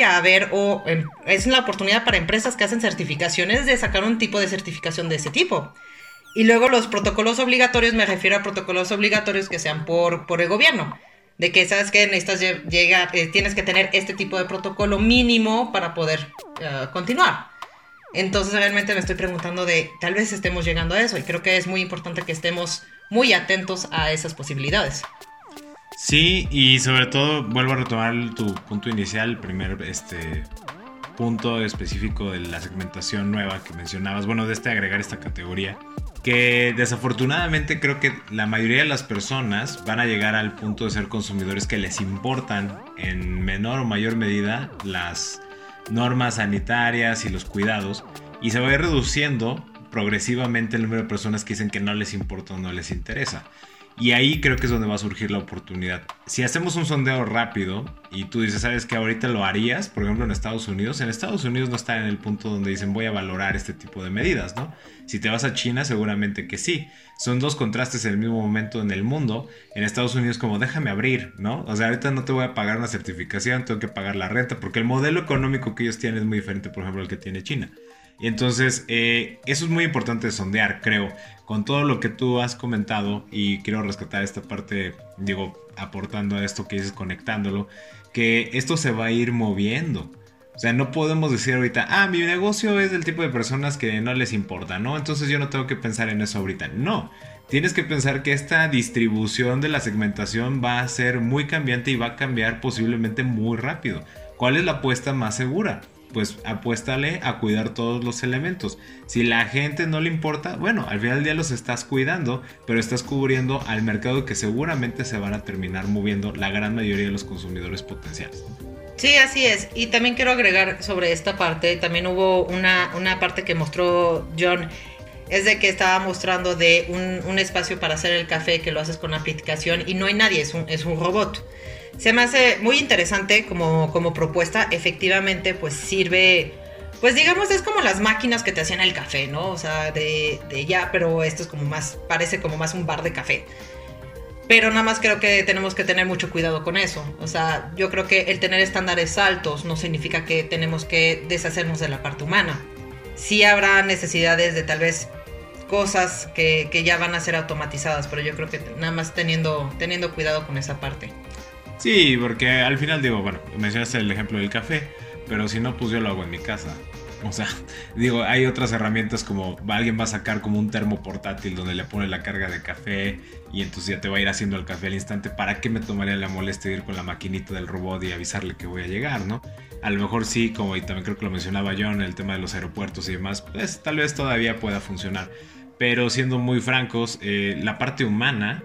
es una oportunidad para empresas que hacen certificaciones de sacar un tipo de certificación de ese tipo. Y luego los protocolos obligatorios, me refiero a protocolos obligatorios que sean por el gobierno. De que, ¿sabes qué? Necesitas llegar, tienes que tener este tipo de protocolo mínimo para poder continuar. Entonces realmente me estoy preguntando tal vez estemos llegando a eso. Y creo que es muy importante que estemos muy atentos a esas posibilidades. Sí, y sobre todo vuelvo a retomar tu punto inicial, el primer punto específico de la segmentación nueva que mencionabas, bueno, de agregar esta categoría, que desafortunadamente creo que la mayoría de las personas van a llegar al punto de ser consumidores que les importan en menor o mayor medida las normas sanitarias y los cuidados, y se va a ir reduciendo progresivamente el número de personas que dicen que no les importa o no les interesa. Y ahí creo que es donde va a surgir la oportunidad. Si hacemos un sondeo rápido y tú dices, ¿sabes qué? Ahorita lo harías, por ejemplo, en Estados Unidos no está en el punto donde dicen voy a valorar este tipo de medidas, ¿no? Si te vas a China, seguramente que sí. Son dos contrastes en el mismo momento en el mundo. En Estados Unidos como déjame abrir, ¿no? O sea, ahorita no te voy a pagar una certificación, tengo que pagar la renta, porque el modelo económico que ellos tienen es muy diferente, por ejemplo, al que tiene China. Y entonces, eso es muy importante de sondear, creo, con todo lo que tú has comentado, y quiero rescatar esta parte, digo, aportando a esto que dices, conectándolo, que esto se va a ir moviendo. O sea, no podemos decir ahorita, mi negocio es del tipo de personas que no les importa, ¿no? Entonces yo no tengo que pensar en eso ahorita. No, tienes que pensar que esta distribución de la segmentación va a ser muy cambiante y va a cambiar posiblemente muy rápido. ¿Cuál es la apuesta más segura? Pues apuéstale a cuidar todos los elementos. Si la gente no le importa, bueno, al final del día los estás cuidando, pero estás cubriendo al mercado que seguramente se van a terminar moviendo la gran mayoría de los consumidores potenciales. Sí, así es. Y también quiero agregar sobre esta parte, también hubo una parte que mostró John, es de que estaba mostrando de un espacio para hacer el café que lo haces con aplicación y no hay nadie, es un robot. Se me hace muy interesante como propuesta. Efectivamente, pues sirve, pues digamos, es como las máquinas que te hacían el café, ¿no? O sea, pero esto es como más, parece como más un bar de café. Pero nada más creo que tenemos que tener mucho cuidado con eso. O sea, yo creo que el tener estándares altos no significa que tenemos que deshacernos de la parte humana. Sí habrá necesidades de tal vez cosas que ya van a ser automatizadas, pero yo creo que nada más teniendo cuidado con esa parte. Sí, porque al final digo, bueno, mencionaste el ejemplo del café, pero si no, pues yo lo hago en mi casa. O sea, digo, hay otras herramientas como alguien va a sacar como un termo portátil donde le pone la carga de café y entonces ya te va a ir haciendo el café al instante. ¿Para qué me tomaría la molestia de ir con la maquinita del robot y avisarle que voy a llegar, no? A lo mejor sí, como y también creo que lo mencionaba John, el tema de los aeropuertos y demás, pues tal vez todavía pueda funcionar. Pero siendo muy francos, la parte humana...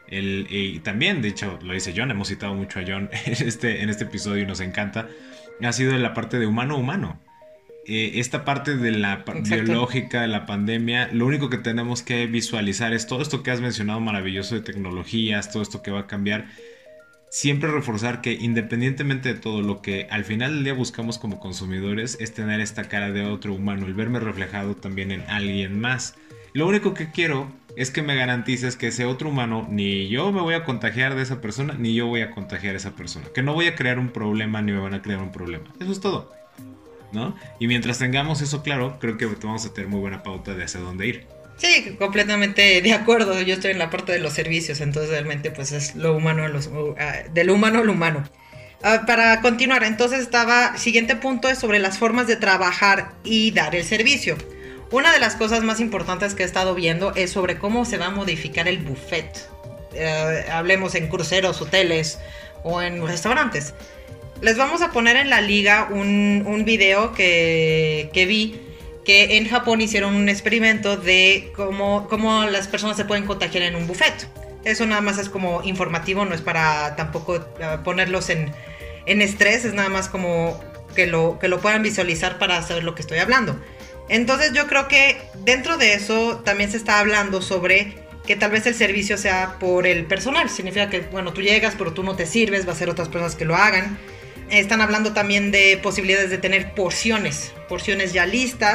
y también, de hecho, lo dice John, hemos citado mucho a John en este episodio y nos encanta, ha sido la parte de humano-humano. Esta parte de la biológica de la pandemia, lo único que tenemos que visualizar es todo esto que has mencionado maravilloso de tecnologías, todo esto que va a cambiar. Siempre reforzar que independientemente de todo, lo que al final del día buscamos como consumidores es tener esta cara de otro humano, el verme reflejado también en alguien más. Lo único que quiero es que me garantices que ese otro humano, ni yo me voy a contagiar de esa persona, ni yo voy a contagiar a esa persona. Que no voy a crear un problema, ni me van a crear un problema. Eso es todo, ¿no? Y mientras tengamos eso claro, creo que vamos a tener muy buena pauta de hacia dónde ir. Sí, completamente de acuerdo. Yo estoy en la parte de los servicios, entonces realmente pues es lo humano, del humano al humano. Para continuar, entonces siguiente punto es sobre las formas de trabajar y dar el servicio. Una de las cosas más importantes que he estado viendo es sobre cómo se va a modificar el buffet. Hablemos en cruceros, hoteles o en restaurantes. Les vamos a poner en la liga un video que vi, que en Japón hicieron un experimento de cómo las personas se pueden contagiar en un buffet. Eso nada más es como informativo, no es para tampoco ponerlos en estrés, es nada más como que lo puedan visualizar para saber lo que estoy hablando. Entonces yo creo que dentro de eso también se está hablando sobre que tal vez el servicio sea por el personal. Significa que, bueno, tú llegas pero tú no te sirves, va a ser otras personas que lo hagan. Están hablando también de posibilidades de tener porciones ya listas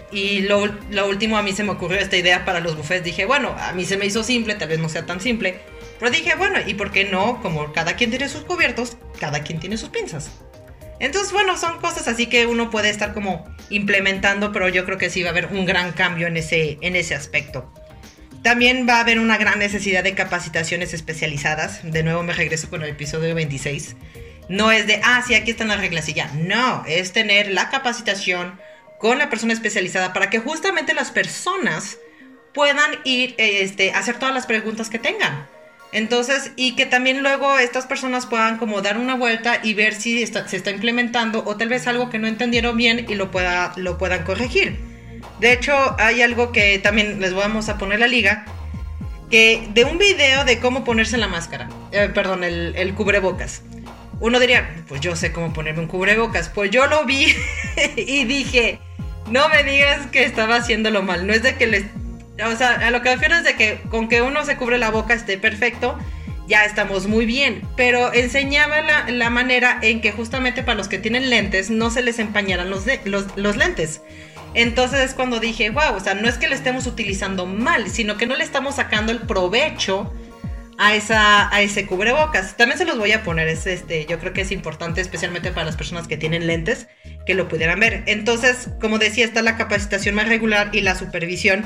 Y lo último, a mí se me ocurrió esta idea para los buffets. Dije, bueno, a mí se me hizo simple, tal vez no sea tan simple. Pero dije, bueno, ¿y por qué no? Como cada quien tiene sus cubiertos, cada quien tiene sus pinzas. Entonces, bueno, son cosas así que uno puede estar como implementando, pero yo creo que sí va a haber un gran cambio en ese aspecto. También va a haber una gran necesidad de capacitaciones especializadas. De nuevo me regreso con el episodio 26. No es de, sí, aquí están las reglas y ya. No, es tener la capacitación con la persona especializada para que justamente las personas puedan ir a hacer todas las preguntas que tengan. Entonces, y que también luego estas personas puedan como dar una vuelta y ver si se está implementando o tal vez algo que no entendieron bien y lo puedan corregir. De hecho, hay algo que también les vamos a poner la liga, que de un video de cómo ponerse la máscara, el cubrebocas. Uno diría, pues yo sé cómo ponerme un cubrebocas. Pues yo lo vi y dije, no me digas que estaba haciéndolo mal. No es de que o sea, a lo que me refiero es de que con que uno se cubre la boca esté perfecto, ya estamos muy bien. Pero enseñaba la manera en que justamente para los que tienen lentes no se les empañaran los lentes. Entonces es cuando dije, wow, o sea, no es que lo estemos utilizando mal, sino que no le estamos sacando el provecho a ese cubrebocas. También se los voy a poner, yo creo que es importante, especialmente para las personas que tienen lentes, que lo pudieran ver. Entonces, como decía, está la capacitación más regular y la supervisión.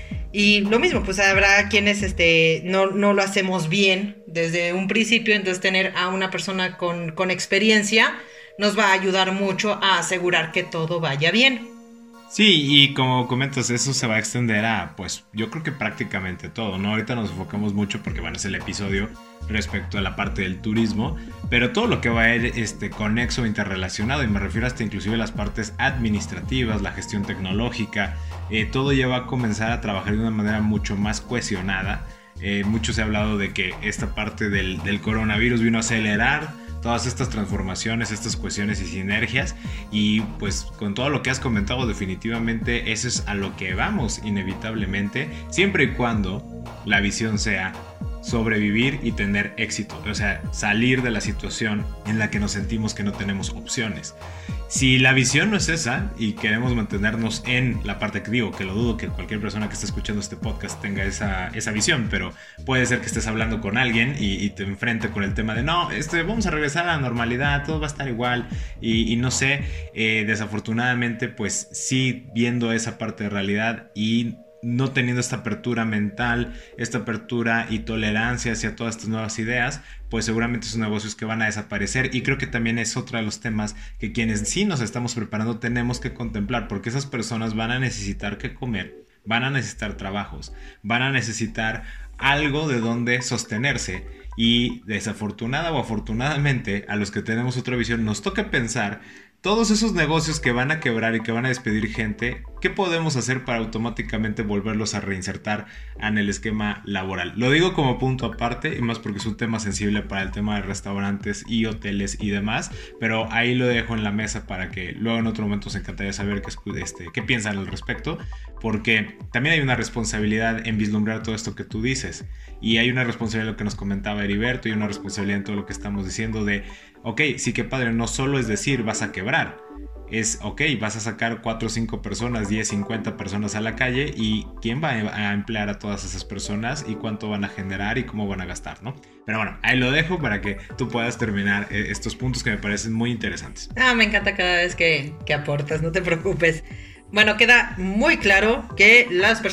Y lo mismo, pues habrá quienes no lo hacemos bien desde un principio, entonces tener a una persona con experiencia nos va a ayudar mucho a asegurar que todo vaya bien. Sí, y como comentas, eso se va a extender a, pues, yo creo que prácticamente todo, ¿no? Ahorita nos enfocamos mucho porque, bueno, es el episodio respecto a la parte del turismo, pero todo lo que va a ir conexo, interrelacionado, y me refiero hasta inclusive las partes administrativas, la gestión tecnológica, todo ya va a comenzar a trabajar de una manera mucho más cohesionada. Mucho se ha hablado de que esta parte del coronavirus vino a acelerar todas estas transformaciones, estas cohesiones y sinergias, y pues con todo lo que has comentado, definitivamente eso es a lo que vamos inevitablemente, siempre y cuando la visión sea sobrevivir y tener éxito, o sea, salir de la situación en la que nos sentimos que no tenemos opciones. Si la visión no es esa y queremos mantenernos en la parte que digo, que lo dudo que cualquier persona que esté escuchando este podcast tenga esa visión, pero puede ser que estés hablando con alguien y te enfrente con el tema de no, vamos a regresar a la normalidad, todo va a estar igual y no sé, desafortunadamente pues sí, viendo esa parte de realidad y no teniendo esta apertura mental, esta apertura y tolerancia hacia todas estas nuevas ideas, pues seguramente esos negocios que van a desaparecer, y creo que también es otro de los temas que quienes sí nos estamos preparando tenemos que contemplar, porque esas personas van a necesitar que comer, van a necesitar trabajos, van a necesitar algo de donde sostenerse, y desafortunada o afortunadamente a los que tenemos otra visión nos toca pensar todos esos negocios que van a quebrar y que van a despedir gente, ¿qué podemos hacer para automáticamente volverlos a reinsertar en el esquema laboral? Lo digo como punto aparte, y más porque es un tema sensible para el tema de restaurantes y hoteles y demás, pero ahí lo dejo en la mesa para que luego en otro momento os encantaría saber qué piensan al respecto, porque también hay una responsabilidad en vislumbrar todo esto que tú dices, y hay una responsabilidad en lo que nos comentaba Heriberto, y una responsabilidad en todo lo que estamos diciendo de, ok, sí que padre, no solo es decir vas a quebrar, es ok, vas a sacar 4 o 5 personas, 10, 50 personas a la calle, y quién va a emplear a todas esas personas y cuánto van a generar y cómo van a gastar, ¿no? Pero bueno, ahí lo dejo para que tú puedas terminar estos puntos que me parecen muy interesantes. Me encanta cada vez que aportas, no te preocupes. Bueno, queda muy claro que los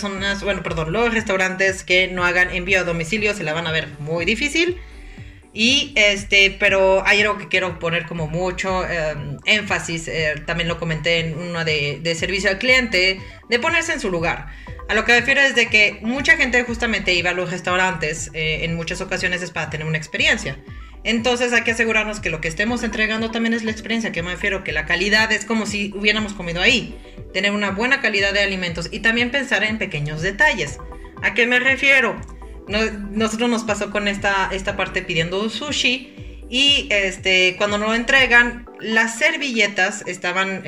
restaurantes que no hagan envío a domicilio se la van a ver muy difícil. Y pero hay algo que quiero poner como mucho énfasis, también lo comenté en una de servicio al cliente, de ponerse en su lugar. A lo que me refiero es de que mucha gente justamente iba a los restaurantes, en muchas ocasiones es para tener una experiencia. Entonces hay que asegurarnos que lo que estemos entregando también es la experiencia, que me refiero que la calidad es como si hubiéramos comido ahí, tener una buena calidad de alimentos y también pensar en pequeños detalles. ¿A qué me refiero? Nosotros nos pasó con esta parte pidiendo sushi y cuando nos lo entregan, las servilletas estaban,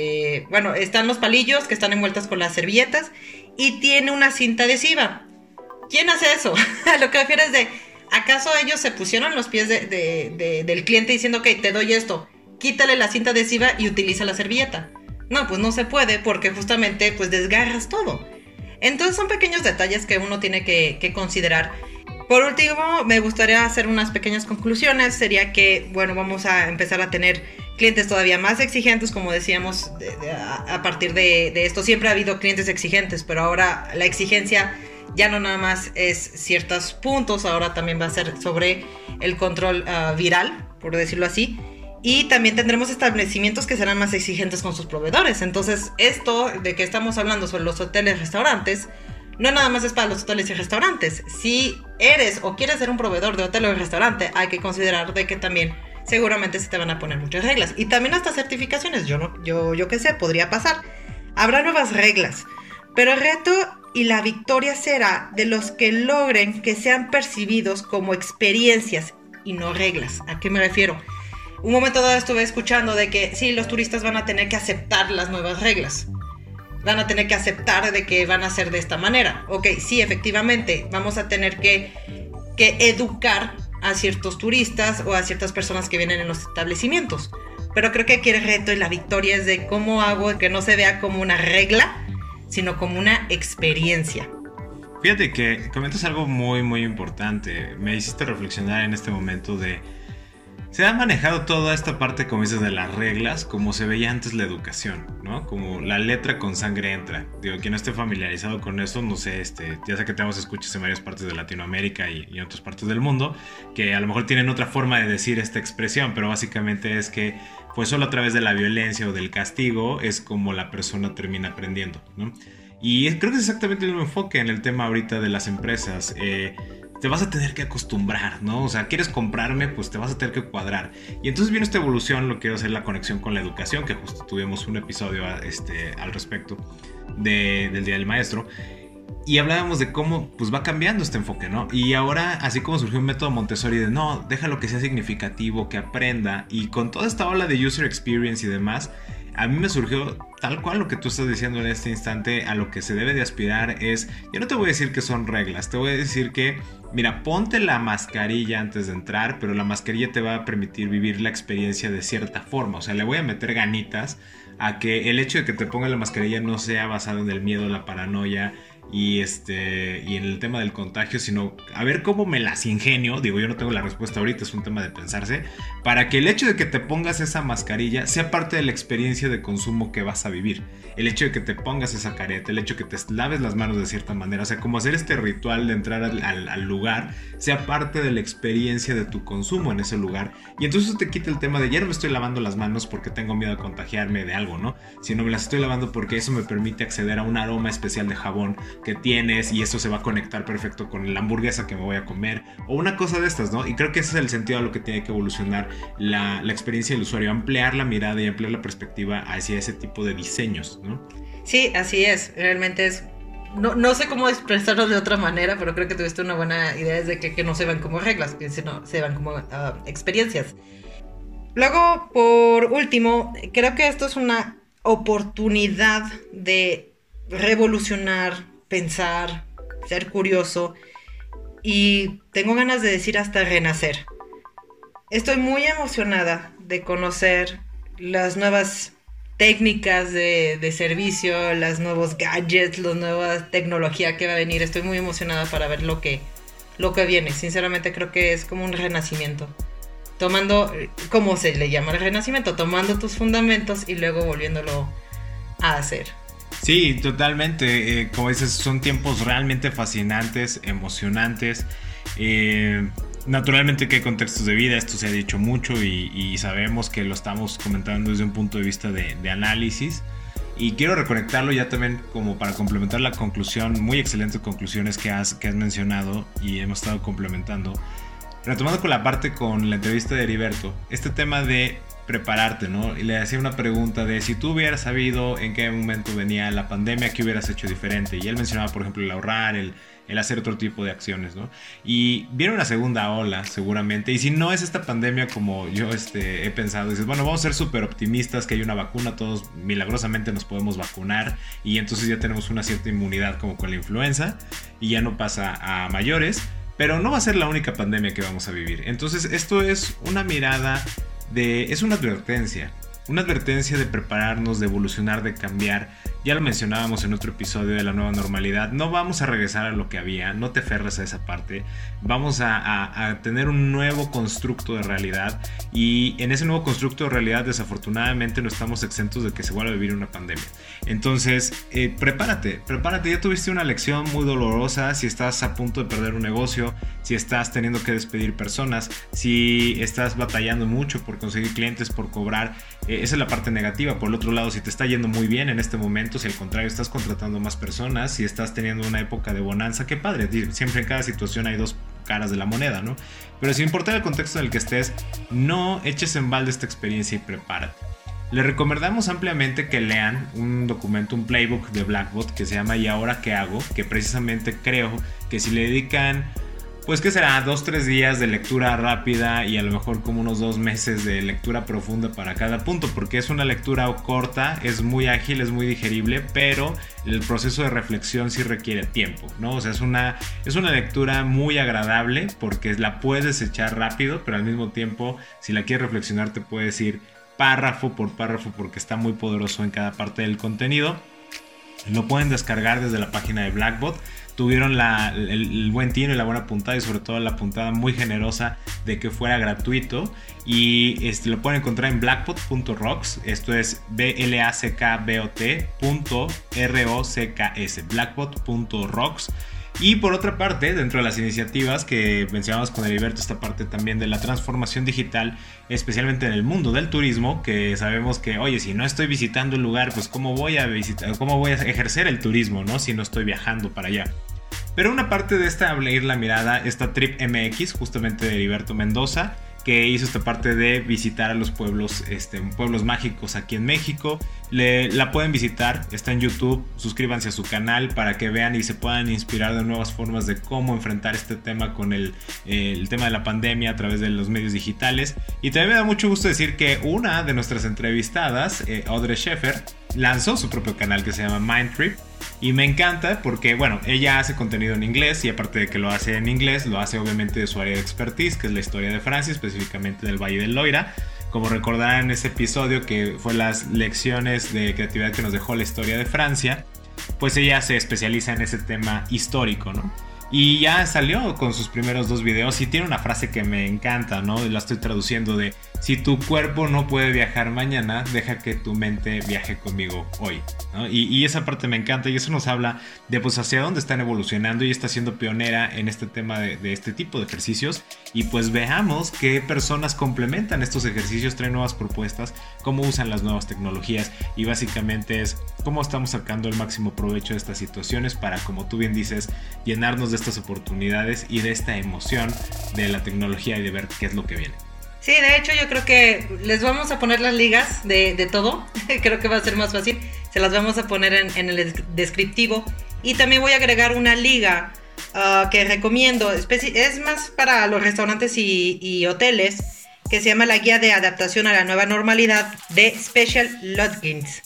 están los palillos que están envueltas con las servilletas y tiene una cinta adhesiva. ¿Quién hace eso? A lo que me refiero es de, ¿acaso ellos se pusieron los pies del cliente diciendo, ok, te doy esto, quítale la cinta adhesiva y utiliza la servilleta? No, pues no se puede porque justamente pues desgarras todo. Entonces son pequeños detalles que uno tiene que considerar. Por último, me gustaría hacer unas pequeñas conclusiones. Sería que, bueno, vamos a empezar a tener clientes todavía más exigentes, como decíamos, a partir de esto. Siempre ha habido clientes exigentes, pero ahora la exigencia ya no nada más es ciertos puntos, ahora también va a ser sobre el control viral, por decirlo así. Y también tendremos establecimientos que serán más exigentes con sus proveedores. Entonces, esto de que estamos hablando sobre los hoteles y restaurantes, no nada más es para los hoteles y restaurantes. Si eres o quieres ser un proveedor de hotel o restaurante, hay que considerar de que también seguramente se te van a poner muchas reglas. Y también hasta certificaciones, yo qué sé, podría pasar. Habrá nuevas reglas, pero el reto y la victoria será de los que logren que sean percibidos como experiencias y no reglas. ¿A qué me refiero? Un momento dado estuve escuchando de que sí, los turistas van a tener que aceptar las nuevas reglas. Van a tener que aceptar de que van a ser de esta manera. Ok, sí, efectivamente, vamos a tener que educar a ciertos turistas o a ciertas personas que vienen en los establecimientos. Pero creo que aquí el reto y la victoria es de cómo hago que no se vea como una regla, sino como una experiencia. Fíjate que comentas algo muy, muy importante. Me hiciste reflexionar en este momento de... Se ha manejado toda esta parte, como dices, de las reglas, como se veía antes la educación, ¿no? Como la letra con sangre entra. Digo, quien no esté familiarizado con eso, no sé, ya sé que tenemos escuchas en varias partes de Latinoamérica y en otras partes del mundo, que a lo mejor tienen otra forma de decir esta expresión, pero básicamente es que, pues solo a través de la violencia o del castigo es como la persona termina aprendiendo, ¿no? Y creo que es exactamente el mismo enfoque en el tema ahorita de las empresas. Te vas a tener que acostumbrar, ¿no? O sea, quieres comprarme, pues te vas a tener que cuadrar. Y entonces viene esta evolución, lo quiero hacer la conexión con la educación, que justo tuvimos un episodio al respecto del Día del Maestro. Y hablábamos de cómo pues va cambiando este enfoque, ¿no? Y ahora, así como surgió un método Montessori de no, déjalo que sea significativo, que aprenda. Y con toda esta ola de user experience y demás, a mí me surgió tal cual lo que tú estás diciendo en este instante. A lo que se debe de aspirar es, yo no te voy a decir que son reglas, te voy a decir que, mira, ponte la mascarilla antes de entrar, pero la mascarilla te va a permitir vivir la experiencia de cierta forma. O sea, le voy a meter ganitas a que el hecho de que te ponga la mascarilla no sea basado en el miedo, la paranoia y en el tema del contagio, sino a ver cómo me las ingenio. Digo, yo no tengo la respuesta ahorita, es un tema de pensarse, para que el hecho de que te pongas esa mascarilla sea parte de la experiencia de consumo que vas a vivir. El hecho de que te pongas esa careta, el hecho de que te laves las manos de cierta manera, o sea, como hacer este ritual de entrar al lugar sea parte de la experiencia de tu consumo en ese lugar. Y entonces te quita el tema de ya no me estoy lavando las manos porque tengo miedo a contagiarme de algo, ¿no? Sino me las estoy lavando porque eso me permite acceder a un aroma especial de jabón que tienes, y esto se va a conectar perfecto con la hamburguesa que me voy a comer o una cosa de estas, ¿no? Y creo que ese es el sentido a lo que tiene que evolucionar la experiencia del usuario, ampliar la mirada y ampliar la perspectiva hacia ese tipo de diseños, ¿no? Sí, así es, realmente es... No sé cómo expresarlo de otra manera, pero creo que tuviste una buena idea, es de que no se van como reglas, que sino se van como experiencias. Luego, por último, creo que esto es una oportunidad de revolucionar, pensar, ser curioso, y tengo ganas de decir hasta renacer. Estoy muy emocionada de conocer las nuevas técnicas de servicio, los nuevos gadgets, la nueva tecnología que va a venir. Estoy muy emocionada para ver lo que viene. Sinceramente creo que es como un renacimiento. Tomando, ¿cómo se le llama el renacimiento? Tomando tus fundamentos y luego volviéndolo a hacer. Sí, totalmente. Como dices, son tiempos realmente fascinantes, emocionantes. Naturalmente que hay contextos de vida, esto se ha dicho mucho y sabemos que lo estamos comentando desde un punto de vista de análisis. Y quiero reconectarlo ya también como para complementar la conclusión, muy excelentes conclusiones que has mencionado y hemos estado complementando. Retomando con la parte con la entrevista de Heriberto, este tema de prepararte, ¿no? Y le hacía una pregunta de si tú hubieras sabido en qué momento venía la pandemia, ¿qué hubieras hecho diferente? Y él mencionaba, por ejemplo, el ahorrar, el hacer otro tipo de acciones, ¿no? Y viene una segunda ola, seguramente. Y si no es esta pandemia como yo he pensado, dices, bueno, vamos a ser súper optimistas, que hay una vacuna, todos milagrosamente nos podemos vacunar y entonces ya tenemos una cierta inmunidad como con la influenza y ya no pasa a mayores, pero no va a ser la única pandemia que vamos a vivir. Entonces esto es una mirada es una advertencia. una advertencia de prepararnos, de evolucionar, de cambiar. Ya lo mencionábamos en otro episodio de la nueva normalidad. No vamos a regresar a lo que había, no te aferres a esa parte. Vamos a tener un nuevo constructo de realidad, y en ese nuevo constructo de realidad desafortunadamente no estamos exentos de que se vuelva a vivir una pandemia. Entonces prepárate, ya tuviste una lección muy dolorosa. Si estás a punto de perder un negocio, si estás teniendo que despedir personas, si estás batallando mucho por conseguir clientes, por cobrar, esa es la parte negativa. Por el otro lado, si te está yendo muy bien en este momento, si al contrario estás contratando más personas, si estás teniendo una época de bonanza, qué padre. Siempre en cada situación hay dos caras de la moneda, ¿no? Pero sin importar el contexto en el que estés, no eches en balde esta experiencia y prepárate. Les recomendamos ampliamente que lean un documento, un playbook de Blackbot que se llama ¿Y ahora qué hago?, que precisamente creo que si le dedican, pues que será 2-3 días de lectura rápida y a lo mejor como unos 2 meses de lectura profunda para cada punto, porque es una lectura corta, es muy ágil, es muy digerible, pero el proceso de reflexión sí requiere tiempo, ¿no? O sea, es una lectura muy agradable porque la puedes echar rápido, pero al mismo tiempo, si la quieres reflexionar, te puedes ir párrafo por párrafo porque está muy poderoso en cada parte del contenido. Lo pueden descargar desde la página de Blackbot. Tuvieron el buen tino y la buena puntada, y sobre todo la puntada muy generosa de que fuera gratuito, y lo pueden encontrar en blackbot.rocks. Esto es blackbot.rocks, blackbot.rocks. Y por otra parte, dentro de las iniciativas que mencionamos con Heriberto, esta parte también de la transformación digital, especialmente en el mundo del turismo, que sabemos que, oye, si no estoy visitando el lugar, pues ¿cómo voy a ejercer el turismo, ¿no? Si no estoy viajando para allá. Pero una parte de esta, abrir la mirada, esta Trip MX, justamente de Heriberto Mendoza, que hizo esta parte de visitar a los pueblos, pueblos mágicos aquí en México. La pueden visitar, está en YouTube, suscríbanse a su canal para que vean y se puedan inspirar de nuevas formas de cómo enfrentar este tema con el tema de la pandemia a través de los medios digitales. Y también me da mucho gusto decir que una de nuestras entrevistadas, Audrey Schaeffer, lanzó su propio canal que se llama Mindtrip. Y me encanta porque, bueno, ella hace contenido en inglés, y aparte de que lo hace en inglés, lo hace obviamente de su área de expertise, que es la historia de Francia, específicamente del Valle del Loira. Como recordarán en ese episodio, que fue las lecciones de creatividad que nos dejó la historia de Francia, pues ella se especializa en ese tema histórico, ¿no? Y ya salió con sus primeros 2 videos y tiene una frase que me encanta, ¿no? La estoy traduciendo de: si tu cuerpo no puede viajar mañana, deja que tu mente viaje conmigo hoy, ¿no? Y esa parte me encanta, y eso nos habla de pues hacia dónde están evolucionando, y está siendo pionera en este tema de este tipo de ejercicios. Y pues veamos qué personas complementan estos ejercicios, traen nuevas propuestas, cómo usan las nuevas tecnologías, y básicamente es cómo estamos sacando el máximo provecho de estas situaciones para, como tú bien dices, llenarnos de estas oportunidades y de esta emoción de la tecnología y de ver qué es lo que viene. Sí, de hecho yo creo que les vamos a poner las ligas de todo. Creo que va a ser más fácil. Se las vamos a poner en el descriptivo. Y también voy a agregar una liga que recomiendo. Es más para los restaurantes y hoteles, que se llama la guía de adaptación a la nueva normalidad de Special Lodgings.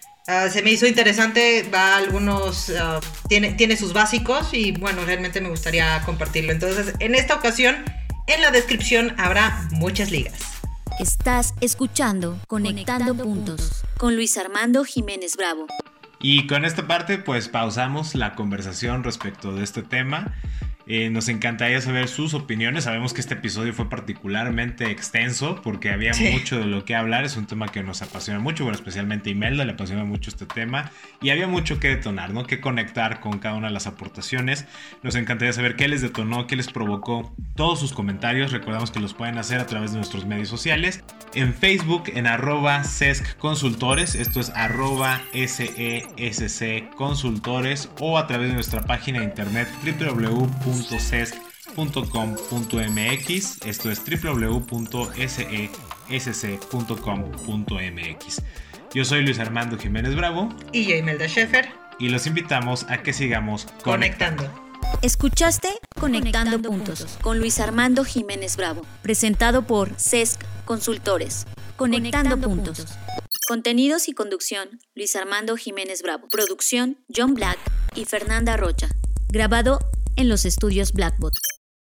Se me hizo interesante, va a algunos, tiene sus básicos, y bueno, realmente me gustaría compartirlo. Entonces, en esta ocasión, en la descripción habrá muchas ligas. Estás escuchando Conectando Puntos con Luis Armando Jiménez Bravo. Y con esta parte pues pausamos la conversación respecto de este tema. Nos encantaría saber sus opiniones. Sabemos que este episodio fue particularmente extenso porque había mucho de lo que hablar. Es un tema que nos apasiona mucho, bueno, especialmente a Imelda le apasiona mucho este tema, y había mucho que detonar, ¿no? Que conectar con cada una de las aportaciones. Nos encantaría saber qué les detonó, qué les provocó. Todos sus comentarios, recordamos que los pueden hacer a través de nuestros medios sociales. En Facebook, en @sescconsultores, esto es @SESC-consultores, o a través de nuestra página de internet www.sesc.com.mx. Esto es www.sesc.com.mx. Yo soy Luis Armando Jiménez Bravo. Y yo, Imelda Schaeffer. Y los invitamos a que sigamos conectando. Escuchaste Conectando Puntos con Luis Armando Jiménez Bravo, presentado por SESC Consultores. Conectando Puntos. Contenidos y conducción, Luis Armando Jiménez Bravo. Producción, John Black y Fernanda Rocha. Grabado en los estudios Blackbot.